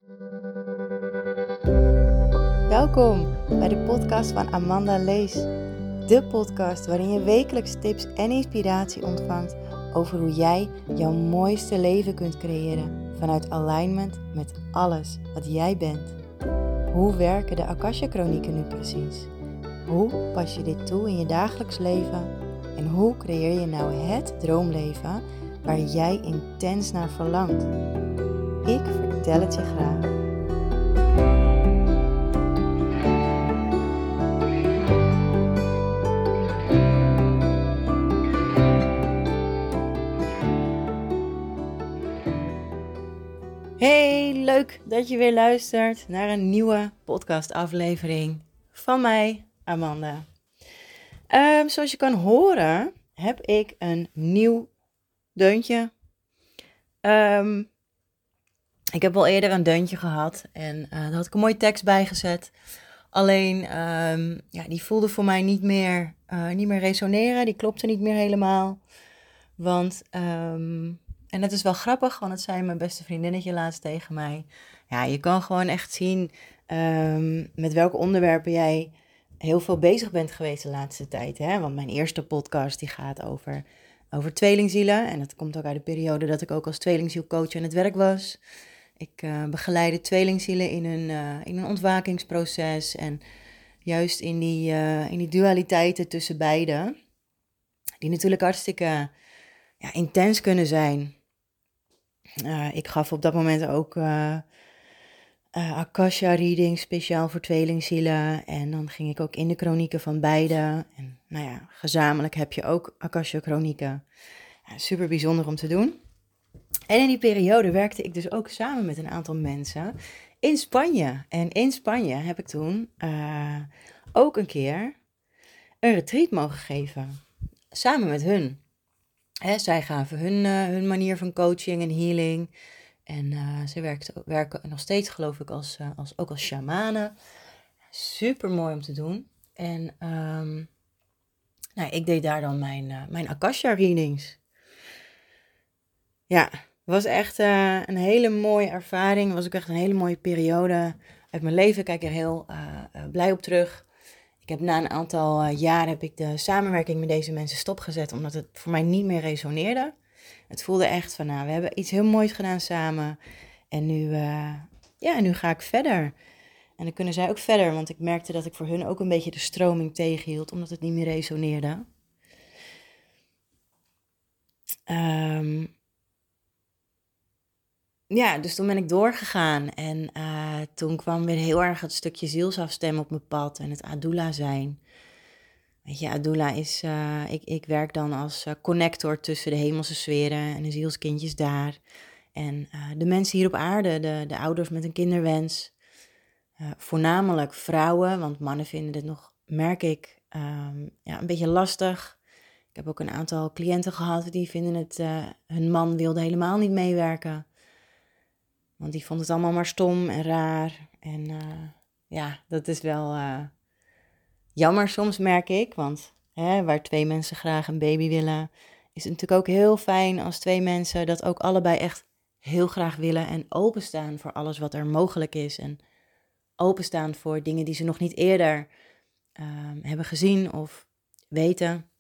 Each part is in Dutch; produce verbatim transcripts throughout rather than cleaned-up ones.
Welkom bij de podcast van Amanda Lees. De podcast waarin je wekelijks tips en inspiratie ontvangt over hoe jij jouw mooiste leven kunt creëren vanuit alignment met alles wat jij bent. Hoe werken de Akasha-chronieken nu precies? Hoe pas je dit toe in je dagelijks leven? En hoe creëer je nou het droomleven waar jij intens naar verlangt? Ik vertel het je graag. Hey, leuk dat je weer luistert naar een nieuwe podcastaflevering van mij, Amanda. Um, zoals je kan horen, heb ik een nieuw deuntje. Um, ik heb al eerder een deuntje gehad en uh, daar had ik een mooie tekst bij gezet. Alleen, um, ja, die voelde voor mij niet meer, uh, niet meer resoneren. Die klopte niet meer helemaal. Want... Um, En dat is wel grappig, want het zei mijn beste vriendinnetje laatst tegen mij. Ja, je kan gewoon echt zien um, met welke onderwerpen jij heel veel bezig bent geweest de laatste tijd. Hè? Want mijn eerste podcast die gaat over, over tweelingzielen. En dat komt ook uit de periode dat ik ook als tweelingzielcoach aan het werk was. Ik uh, begeleide tweelingzielen in een, uh, in een ontwakingsproces. En juist in die, uh, in die dualiteiten tussen beiden. Die natuurlijk hartstikke ja, intens kunnen zijn. Uh, ik gaf op dat moment ook uh, uh, Akasha-reading speciaal voor tweelingzielen. En dan ging ik ook in de chronieken van beide. En nou ja, gezamenlijk heb je ook Akasha-chronieken. Ja, super bijzonder om te doen. En in die periode werkte ik dus ook samen met een aantal mensen in Spanje. En in Spanje heb ik toen uh, ook een keer een retreat mogen geven. Samen met hun. He, zij gaven hun, uh, hun manier van coaching en healing. En uh, ze werkten, werken nog steeds, geloof ik, als, uh, als, ook als shamanen. Super mooi om te doen. En um, nou, ik deed daar dan mijn, uh, mijn Akasha-readings. Ja, het was echt uh, een hele mooie ervaring. Het was ook echt een hele mooie periode uit mijn leven. Ik kijk er heel uh, uh, blij op terug. Ik heb na een aantal uh, jaar heb ik de samenwerking met deze mensen stopgezet, omdat het voor mij niet meer resoneerde. Het voelde echt van, nou, we hebben iets heel moois gedaan samen. En nu, uh, ja, nu ga ik verder. En dan kunnen zij ook verder, want ik merkte dat ik voor hun ook een beetje de stroming tegenhield, omdat het niet meer resoneerde. Um, ja, dus toen ben ik doorgegaan. En uh, toen kwam weer heel erg het stukje zielsafstemmen op mijn pad en het Adula zijn. Weet je, Adula is, uh, ik, ik werk dan als uh, connector tussen de hemelse sferen en de zielskindjes daar. En uh, de mensen hier op aarde, de, de ouders met een kinderwens. Uh, voornamelijk vrouwen, want mannen vinden dit nog, merk ik, um, ja, een beetje lastig. Ik heb ook een aantal cliënten gehad die vinden het, uh, hun man wilde helemaal niet meewerken. Want die vond het allemaal maar stom en raar. En uh, ja, dat is wel... Uh, Jammer soms, merk ik, want hè, waar twee mensen graag een baby willen, is het natuurlijk ook heel fijn als twee mensen dat ook allebei echt heel graag willen en openstaan voor alles wat er mogelijk is. En openstaan voor dingen die ze nog niet eerder uh, hebben gezien of weten.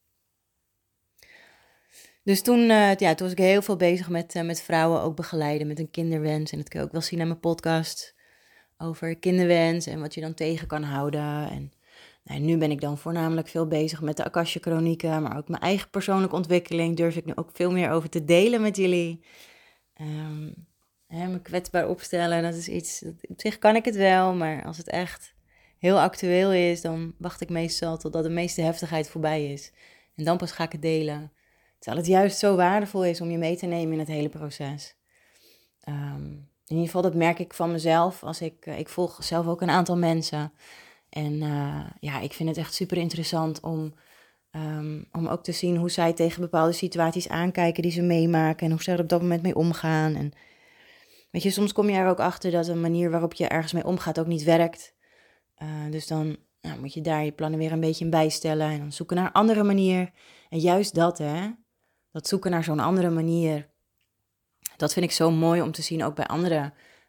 Dus toen, uh, ja, toen was ik heel veel bezig met, uh, met vrouwen ook begeleiden met een kinderwens. En dat kun je ook wel zien aan mijn podcast over kinderwens en wat je dan tegen kan houden. En nou, nu ben ik dan voornamelijk veel bezig met de Akasha-chronieken, maar ook mijn eigen persoonlijke ontwikkeling durf ik nu ook veel meer over te delen met jullie. Um, hè, me kwetsbaar opstellen, dat is iets, dat, op zich kan ik het wel, maar als het echt heel actueel is, dan wacht ik meestal totdat de meeste heftigheid voorbij is. En dan pas ga ik het delen. Terwijl het juist zo waardevol is om je mee te nemen in het hele proces. Um, in ieder geval, dat merk ik van mezelf. Als ik, uh, ik volg zelf ook een aantal mensen. En uh, ja, ik vind het echt super interessant om, um, om ook te zien hoe zij tegen bepaalde situaties aankijken die ze meemaken. En hoe ze er op dat moment mee omgaan. En weet je, soms kom je er ook achter dat een manier waarop je ergens mee omgaat ook niet werkt. Uh, dus dan nou, moet je daar je plannen weer een beetje in bijstellen. En dan zoeken naar een andere manier. En juist dat, hè. Dat zoeken naar zo'n andere manier. Dat vind ik zo mooi om te zien ook bij andere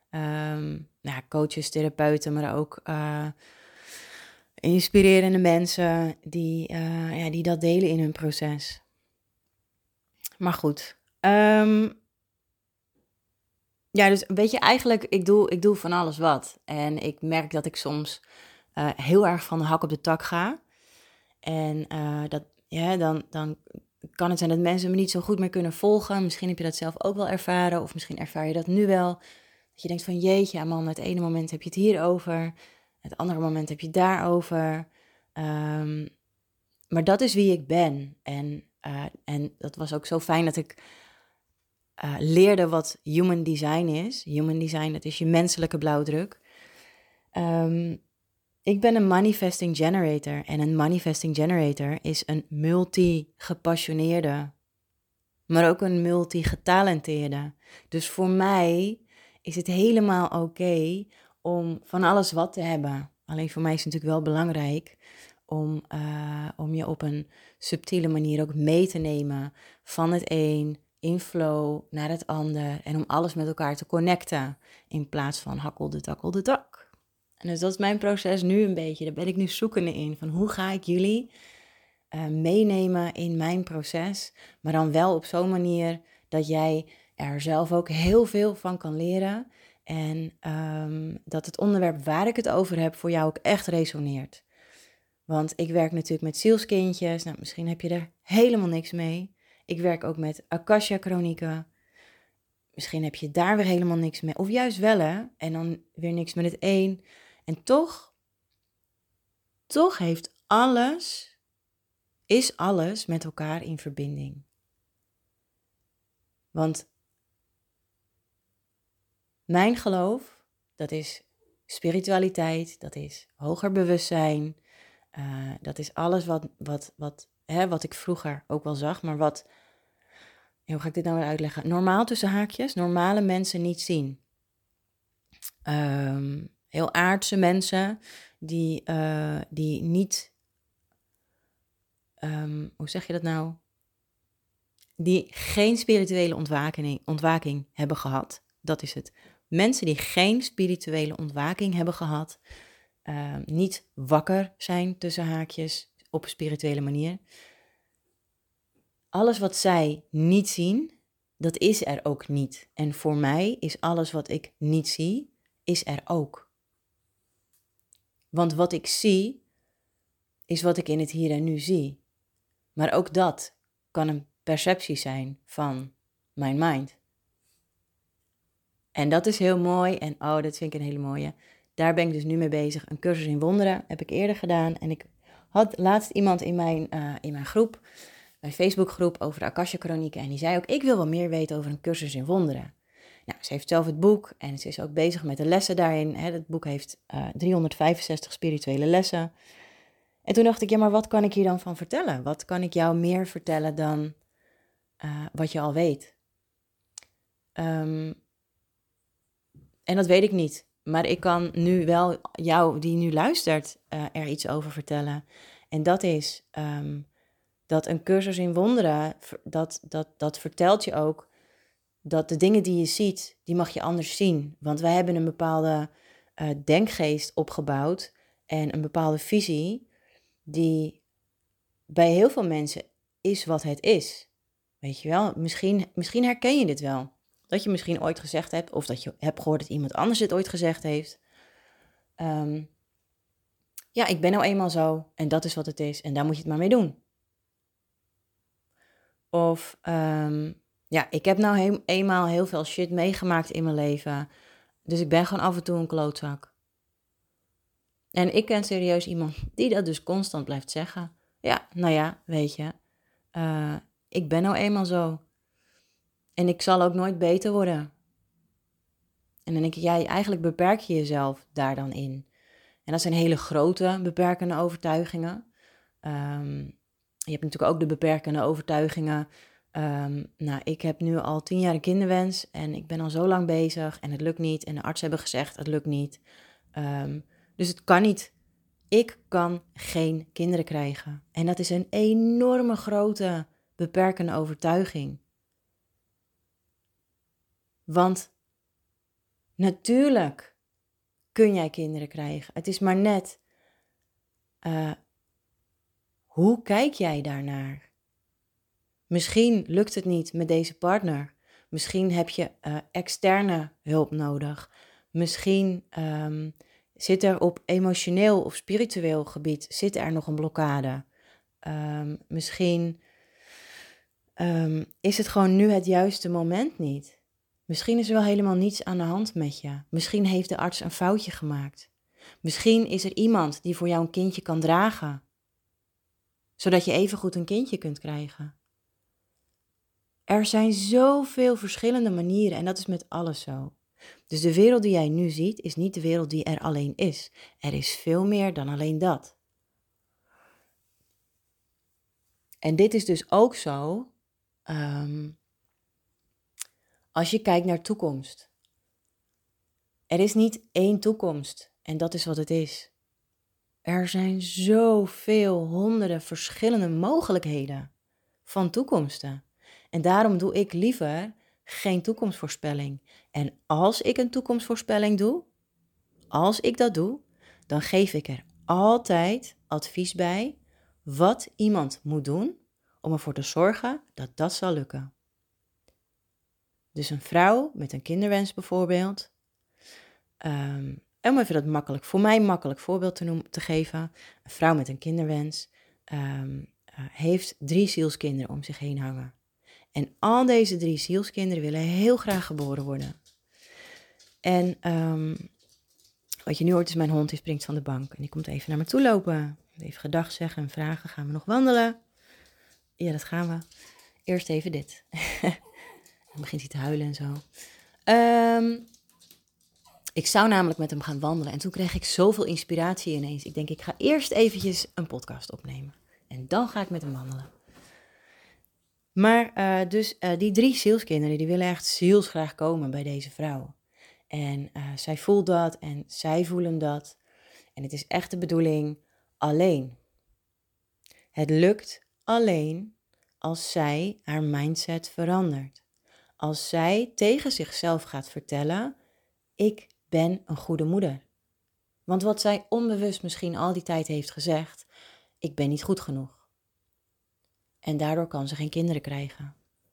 Um, nou, coaches, therapeuten, maar ook uh, inspirerende mensen die, uh, ja, die dat delen in hun proces. Maar goed. Um, ja, dus weet je, eigenlijk, ik doe, ik doe van alles wat. En ik merk dat ik soms uh, heel erg van de hak op de tak ga. En uh, dat, ja, dan, dan kan het zijn dat mensen me niet zo goed meer kunnen volgen. Misschien heb je dat zelf ook wel ervaren. Of misschien ervaar je dat nu wel. Dat je denkt van jeetje, man, het ene moment heb je het hierover. Het andere moment heb je het daarover. Um, maar dat is wie ik ben. En, uh, en dat was ook zo fijn dat ik uh, leerde wat human design is. Human design, dat is je menselijke blauwdruk. Um, Ik ben een manifesting generator en een manifesting generator is een multi-gepassioneerde, maar ook een multi-getalenteerde. Dus voor mij is het helemaal oké okay om van alles wat te hebben. Alleen voor mij is het natuurlijk wel belangrijk om, uh, om je op een subtiele manier ook mee te nemen van het een in flow naar het ander en om alles met elkaar te connecten in plaats van hakkel de takkel de tak. En dus dat is mijn proces nu een beetje. Daar ben ik nu zoekende in. Van hoe ga ik jullie uh, meenemen in mijn proces. Maar dan wel op zo'n manier dat jij er zelf ook heel veel van kan leren. En um, dat het onderwerp waar ik het over heb voor jou ook echt resoneert. Want ik werk natuurlijk met zielskindjes. Nou, misschien heb je er helemaal niks mee. Ik werk ook met Akasha-chronieken. Misschien heb je daar weer helemaal niks mee. Of juist wel, hè. En dan weer niks met het een. En toch, toch heeft alles, is alles met elkaar in verbinding. Want mijn geloof, dat is spiritualiteit, dat is hoger bewustzijn. Uh, dat is alles wat, wat, wat, hè, wat ik vroeger ook wel zag, maar wat, hoe ga ik dit nou weer uitleggen? Normaal tussen haakjes, normale mensen niet zien. Um, heel aardse mensen die, uh, die niet, um, hoe zeg je dat nou? Die geen spirituele ontwaking, ontwaking hebben gehad. Dat is het. Mensen die geen spirituele ontwaking hebben gehad, uh, niet wakker zijn tussen haakjes op een spirituele manier. Alles wat zij niet zien, dat is er ook niet. En voor mij is alles wat ik niet zie, is er ook. Want wat ik zie, is wat ik in het hier en nu zie. Maar ook dat kan een perceptie zijn van mijn mind. En dat is heel mooi. En oh, dat vind ik een hele mooie. Daar ben ik dus nu mee bezig. Een cursus in wonderen heb ik eerder gedaan. En ik had laatst iemand in mijn, uh, in mijn groep, mijn Facebookgroep, over de Akasha-chronieken. En die zei ook, ik wil wel meer weten over een cursus in wonderen. Nou, ze heeft zelf het boek en ze is ook bezig met de lessen daarin. Het boek heeft uh, driehonderdvijfenzestig spirituele lessen. En toen dacht ik, ja, maar wat kan ik hier dan van vertellen? Wat kan ik jou meer vertellen dan uh, wat je al weet? Um, en dat weet ik niet. Maar ik kan nu wel jou, die nu luistert, uh, er iets over vertellen. En dat is um, dat een cursus in wonderen, dat, dat, dat vertelt je ook dat de dingen die je ziet, die mag je anders zien. Want wij hebben een bepaalde uh, denkgeest opgebouwd en een bepaalde visie die bij heel veel mensen is wat het is. Weet je wel, misschien, misschien herken je dit wel. Dat je misschien ooit gezegd hebt, of dat je hebt gehoord dat iemand anders het ooit gezegd heeft. Um, ja, ik ben nou eenmaal zo en dat is wat het is en daar moet je het maar mee doen. Of um, ja, ik heb nou he- eenmaal heel veel shit meegemaakt in mijn leven. Dus ik ben gewoon af en toe een klootzak. En ik ken serieus iemand die dat dus constant blijft zeggen. Ja, nou ja, weet je. Uh, ik ben nou eenmaal zo. En ik zal ook nooit beter worden. En dan denk ik, ja, eigenlijk beperk je jezelf daar dan in. En dat zijn hele grote beperkende overtuigingen. Um, je hebt natuurlijk ook de beperkende overtuigingen. Um, nou, ik heb nu al tien jaar een kinderwens en ik ben al zo lang bezig en het lukt niet. En de arts hebben gezegd, het lukt niet. Um, dus het kan niet. Ik kan geen kinderen krijgen. En dat is een enorme grote beperkende overtuiging. Want Natuurlijk kun jij kinderen krijgen. Het is maar net, uh, hoe kijk jij daarnaar? Misschien lukt het niet met deze partner. Misschien heb je uh, externe hulp nodig. Misschien um, zit er op emotioneel of spiritueel gebied zit er nog een blokkade. Um, misschien um, is het gewoon nu het juiste moment niet. Misschien is er wel helemaal niets aan de hand met je. Misschien heeft de arts een foutje gemaakt. Misschien is er iemand die voor jou een kindje kan dragen, zodat je evengoed een kindje kunt krijgen. Er zijn zoveel verschillende manieren en dat is met alles zo. Dus de wereld die jij nu ziet is niet de wereld die er alleen is. Er is veel meer dan alleen dat. En dit is dus ook zo um, als je kijkt naar toekomst. Er is niet één toekomst en dat is wat het is. Er zijn zoveel honderden verschillende mogelijkheden van toekomsten. En daarom doe ik liever geen toekomstvoorspelling. En als ik een toekomstvoorspelling doe, als ik dat doe, dan geef ik er altijd advies bij wat iemand moet doen om ervoor te zorgen dat dat zal lukken. Dus een vrouw met een kinderwens bijvoorbeeld, um, om even dat makkelijk, voor mij makkelijk voorbeeld te, noemen, te geven. Een vrouw met een kinderwens um, uh, heeft drie zielskinderen om zich heen hangen. En al deze drie zielskinderen willen heel graag geboren worden. En um, wat je nu hoort is mijn hond, die springt van de bank. En die komt even naar me toe lopen. Even gedag zeggen en vragen, gaan we nog wandelen? Ja, dat gaan we. Eerst even dit. Dan begint hij te huilen en zo. Um, ik zou namelijk met hem gaan wandelen. En toen kreeg ik zoveel inspiratie ineens. Ik denk, ik ga eerst eventjes een podcast opnemen. En dan ga ik met hem wandelen. Maar uh, dus uh, die drie zielskinderen, die willen echt zielsgraag komen bij deze vrouw. En uh, zij voelt dat en zij voelen dat. En het is echt de bedoeling alleen. Het lukt alleen als zij haar mindset verandert. Als zij tegen zichzelf gaat vertellen, ik ben een goede moeder. Want wat zij onbewust misschien al die tijd heeft gezegd, ik ben niet goed genoeg. En daardoor kan ze geen kinderen krijgen.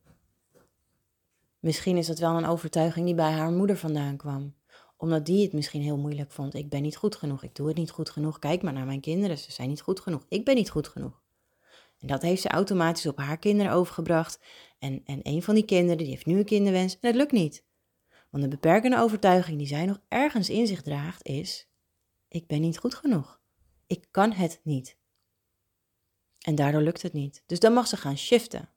Misschien is dat wel een overtuiging die bij haar moeder vandaan kwam. Omdat die het misschien heel moeilijk vond. Ik ben niet goed genoeg, ik doe het niet goed genoeg. Kijk maar naar mijn kinderen, ze zijn niet goed genoeg. Ik ben niet goed genoeg. En dat heeft ze automatisch op haar kinderen overgebracht. En, en een van die kinderen, die heeft nu een kinderwens en het lukt niet. Want de beperkende overtuiging die zij nog ergens in zich draagt is, ik ben niet goed genoeg. Ik kan het niet. En daardoor lukt het niet. Dus dan mag ze gaan shiften.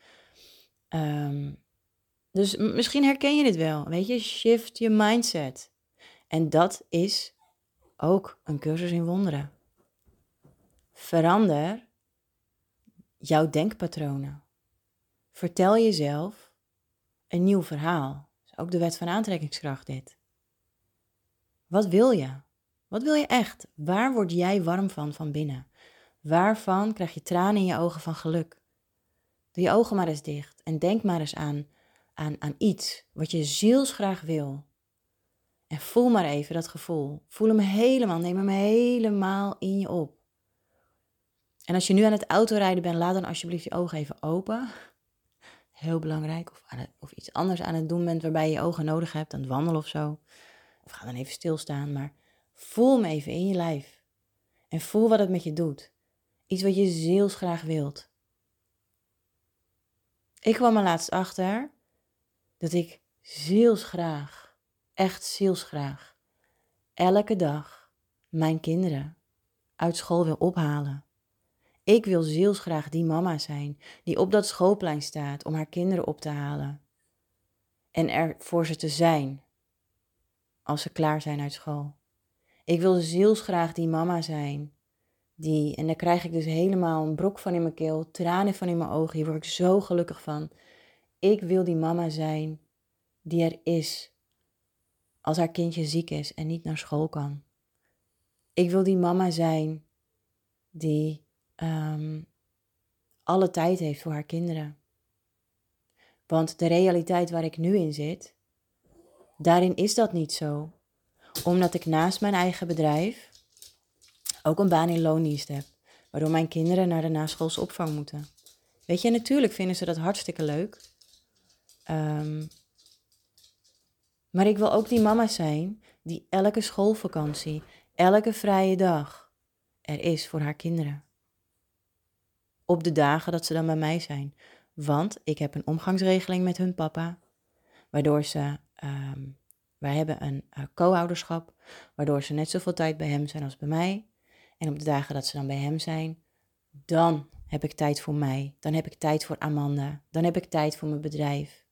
Um, dus m- misschien herken je dit wel. Weet je, shift je mindset. En dat is ook een cursus in wonderen. Verander jouw denkpatronen. Vertel jezelf een nieuw verhaal. Dat is ook de wet van aantrekkingskracht dit. Wat wil je? Wat wil je echt? Waar word jij warm van van binnen? Waarvan krijg je tranen in je ogen van geluk? Doe je ogen maar eens dicht en denk maar eens aan, aan, aan iets wat je zielsgraag wil. En voel maar even dat gevoel. Voel hem helemaal, neem hem helemaal in je op. En als je nu aan het autorijden bent, laat dan alsjeblieft je ogen even open. Heel belangrijk. Of, aan het, of iets anders aan het doen bent waarbij je je ogen nodig hebt, aan het wandelen of zo. Of ga dan even stilstaan, maar voel hem even in je lijf. En voel wat het met je doet. Iets wat je zielsgraag wilt. Ik kwam er laatst achter dat ik zielsgraag, echt zielsgraag, elke dag mijn kinderen uit school wil ophalen. Ik wil zielsgraag die mama zijn die op dat schoolplein staat om haar kinderen op te halen. En er voor ze te zijn als ze klaar zijn uit school. Ik wil zielsgraag die mama zijn die, en daar krijg ik dus helemaal een brok van in mijn keel, tranen van in mijn ogen, hier word ik zo gelukkig van. Ik wil die mama zijn die er is als haar kindje ziek is en niet naar school kan. Ik wil die mama zijn die um, alle tijd heeft voor haar kinderen. Want de realiteit waar ik nu in zit, Daarin is dat niet zo. Omdat ik naast mijn eigen bedrijf ook een baan in loondienst heb. Waardoor mijn kinderen naar de naschoolse opvang moeten. Weet je, natuurlijk vinden ze dat hartstikke leuk. Um, maar ik wil ook die mama zijn die elke schoolvakantie, elke vrije dag er is voor haar kinderen. Op de dagen dat ze dan bij mij zijn. Want ik heb een omgangsregeling met hun papa. Waardoor ze, um, wij hebben een uh, co-ouderschap. Waardoor ze net zoveel tijd bij hem zijn als bij mij. En op de dagen dat ze dan bij hem zijn, dan heb ik tijd voor mij. Dan heb ik tijd voor Amanda. Dan heb ik tijd voor mijn bedrijf.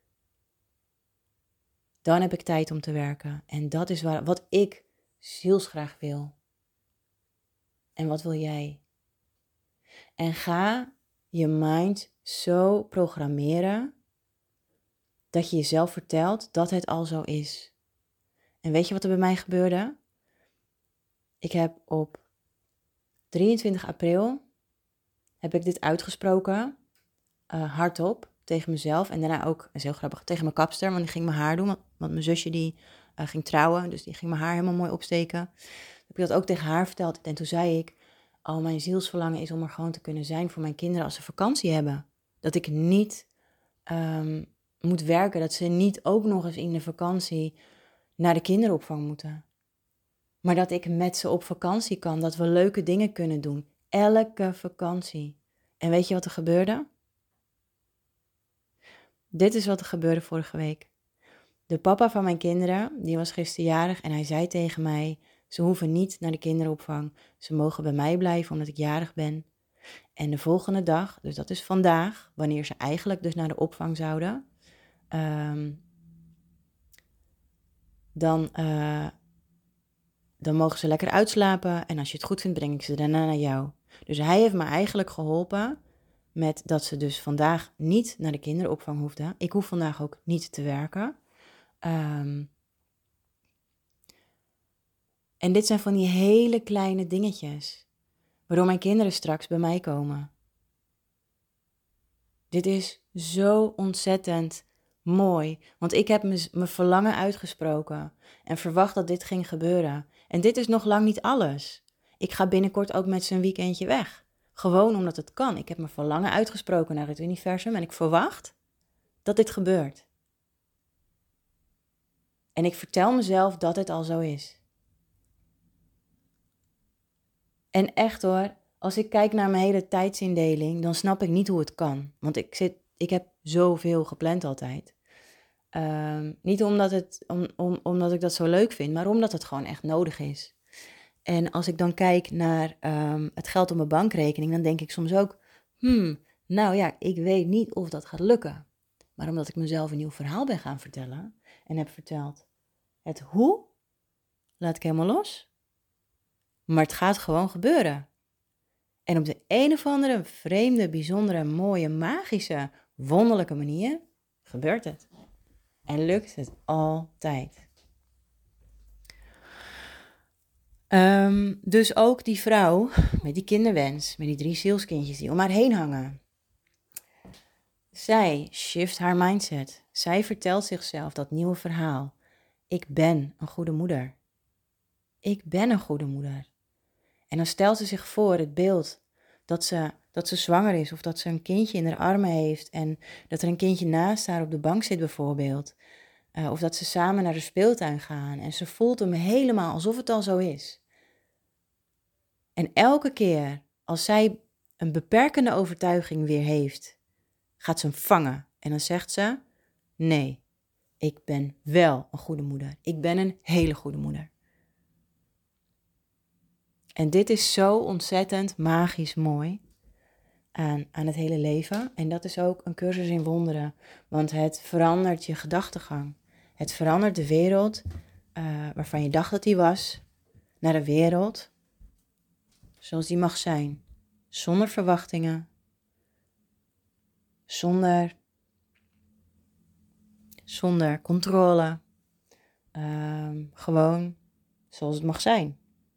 Dan heb ik tijd om te werken. En dat is waar, wat ik zielsgraag wil. En wat wil jij? En ga je mind zo programmeren dat je jezelf vertelt dat het al zo is. En weet je wat er bij mij gebeurde? Ik heb op drieëntwintig april heb ik dit uitgesproken, uh, hardop, tegen mezelf. En daarna ook, dat is heel grappig, tegen mijn kapster, want die ging mijn haar doen. Want, want mijn zusje die uh, ging trouwen, dus die ging mijn haar helemaal mooi opsteken. Heb ik dat ook tegen haar verteld. En toen zei ik, oh, mijn zielsverlangen is om er gewoon te kunnen zijn voor mijn kinderen als ze vakantie hebben. Dat ik niet um, moet werken, dat ze niet ook nog eens in de vakantie naar de kinderopvang moeten. Maar dat ik met ze op vakantie kan, dat we leuke dingen kunnen doen. Elke vakantie. En weet je wat er gebeurde? Dit is wat er gebeurde vorige week. De papa van mijn kinderen, die was gisteren jarig en hij zei tegen mij, ze hoeven niet naar de kinderopvang. Ze mogen bij mij blijven omdat ik jarig ben. En de volgende dag, dus dat is vandaag, wanneer ze eigenlijk dus naar de opvang zouden, um, dan, uh, dan mogen ze lekker uitslapen. En als je het goed vindt, breng ik ze daarna naar jou. Dus hij heeft me eigenlijk geholpen met dat ze dus vandaag niet naar de kinderopvang hoefden. Ik hoef vandaag ook niet te werken. Um, en dit zijn van die hele kleine dingetjes, waardoor mijn kinderen straks bij mij komen. Dit is zo ontzettend mooi, want ik heb mijn verlangen uitgesproken en verwacht dat dit ging gebeuren. En dit is nog lang niet alles. Ik ga binnenkort ook met ze een weekendje weg. Gewoon omdat het kan. Ik heb mijn verlangen uitgesproken naar het universum en ik verwacht dat dit gebeurt. En ik vertel mezelf dat het al zo is. En echt hoor, als ik kijk naar mijn hele tijdsindeling, dan snap ik niet hoe het kan. Want ik, zit, ik heb zoveel gepland altijd. Um, niet omdat, het, om, om, omdat ik dat zo leuk vind, maar omdat het gewoon echt nodig is. En als ik dan kijk naar um, het geld op mijn bankrekening, dan denk ik soms ook, hmm, nou ja, ik weet niet of dat gaat lukken. Maar omdat ik mezelf een nieuw verhaal ben gaan vertellen en heb verteld, het hoe laat ik helemaal los. Maar het gaat gewoon gebeuren. En op de een of andere vreemde, bijzondere, mooie, magische, wonderlijke manier gebeurt het. En lukt het altijd. Um, dus ook die vrouw met die kinderwens, met die drie zielskindjes die om haar heen hangen. Zij shift haar mindset. Zij vertelt zichzelf dat nieuwe verhaal. Ik ben een goede moeder. Ik ben een goede moeder. En dan stelt ze zich voor het beeld dat ze, dat ze zwanger is of dat ze een kindje in haar armen heeft en dat er een kindje naast haar op de bank zit bijvoorbeeld. Uh, of dat ze samen naar de speeltuin gaan en ze voelt hem helemaal alsof het al zo is. En elke keer als zij een beperkende overtuiging weer heeft, gaat ze hem vangen. En dan zegt ze, nee, ik ben wel een goede moeder. Ik ben een hele goede moeder. En dit is zo ontzettend magisch mooi aan, aan het hele leven. En dat is ook een cursus in wonderen. Want het verandert je gedachtegang. Het verandert de wereld uh, waarvan je dacht dat die was, naar een wereld zoals die mag zijn. Zonder verwachtingen. Zonder, zonder controle. Uh, gewoon zoals het mag zijn.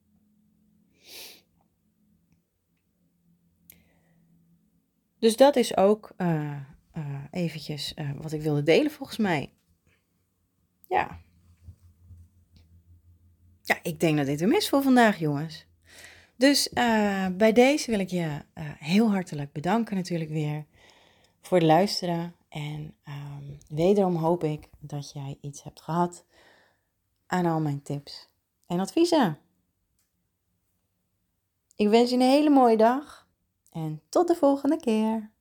Dus dat is ook uh, uh, eventjes uh, wat ik wilde delen volgens mij. Ja, ja, ik denk dat dit hem is voor vandaag, jongens. Dus uh, bij deze wil ik je uh, heel hartelijk bedanken natuurlijk weer voor het luisteren. En um, wederom hoop ik dat jij iets hebt gehad aan al mijn tips en adviezen. Ik wens je een hele mooie dag en tot de volgende keer.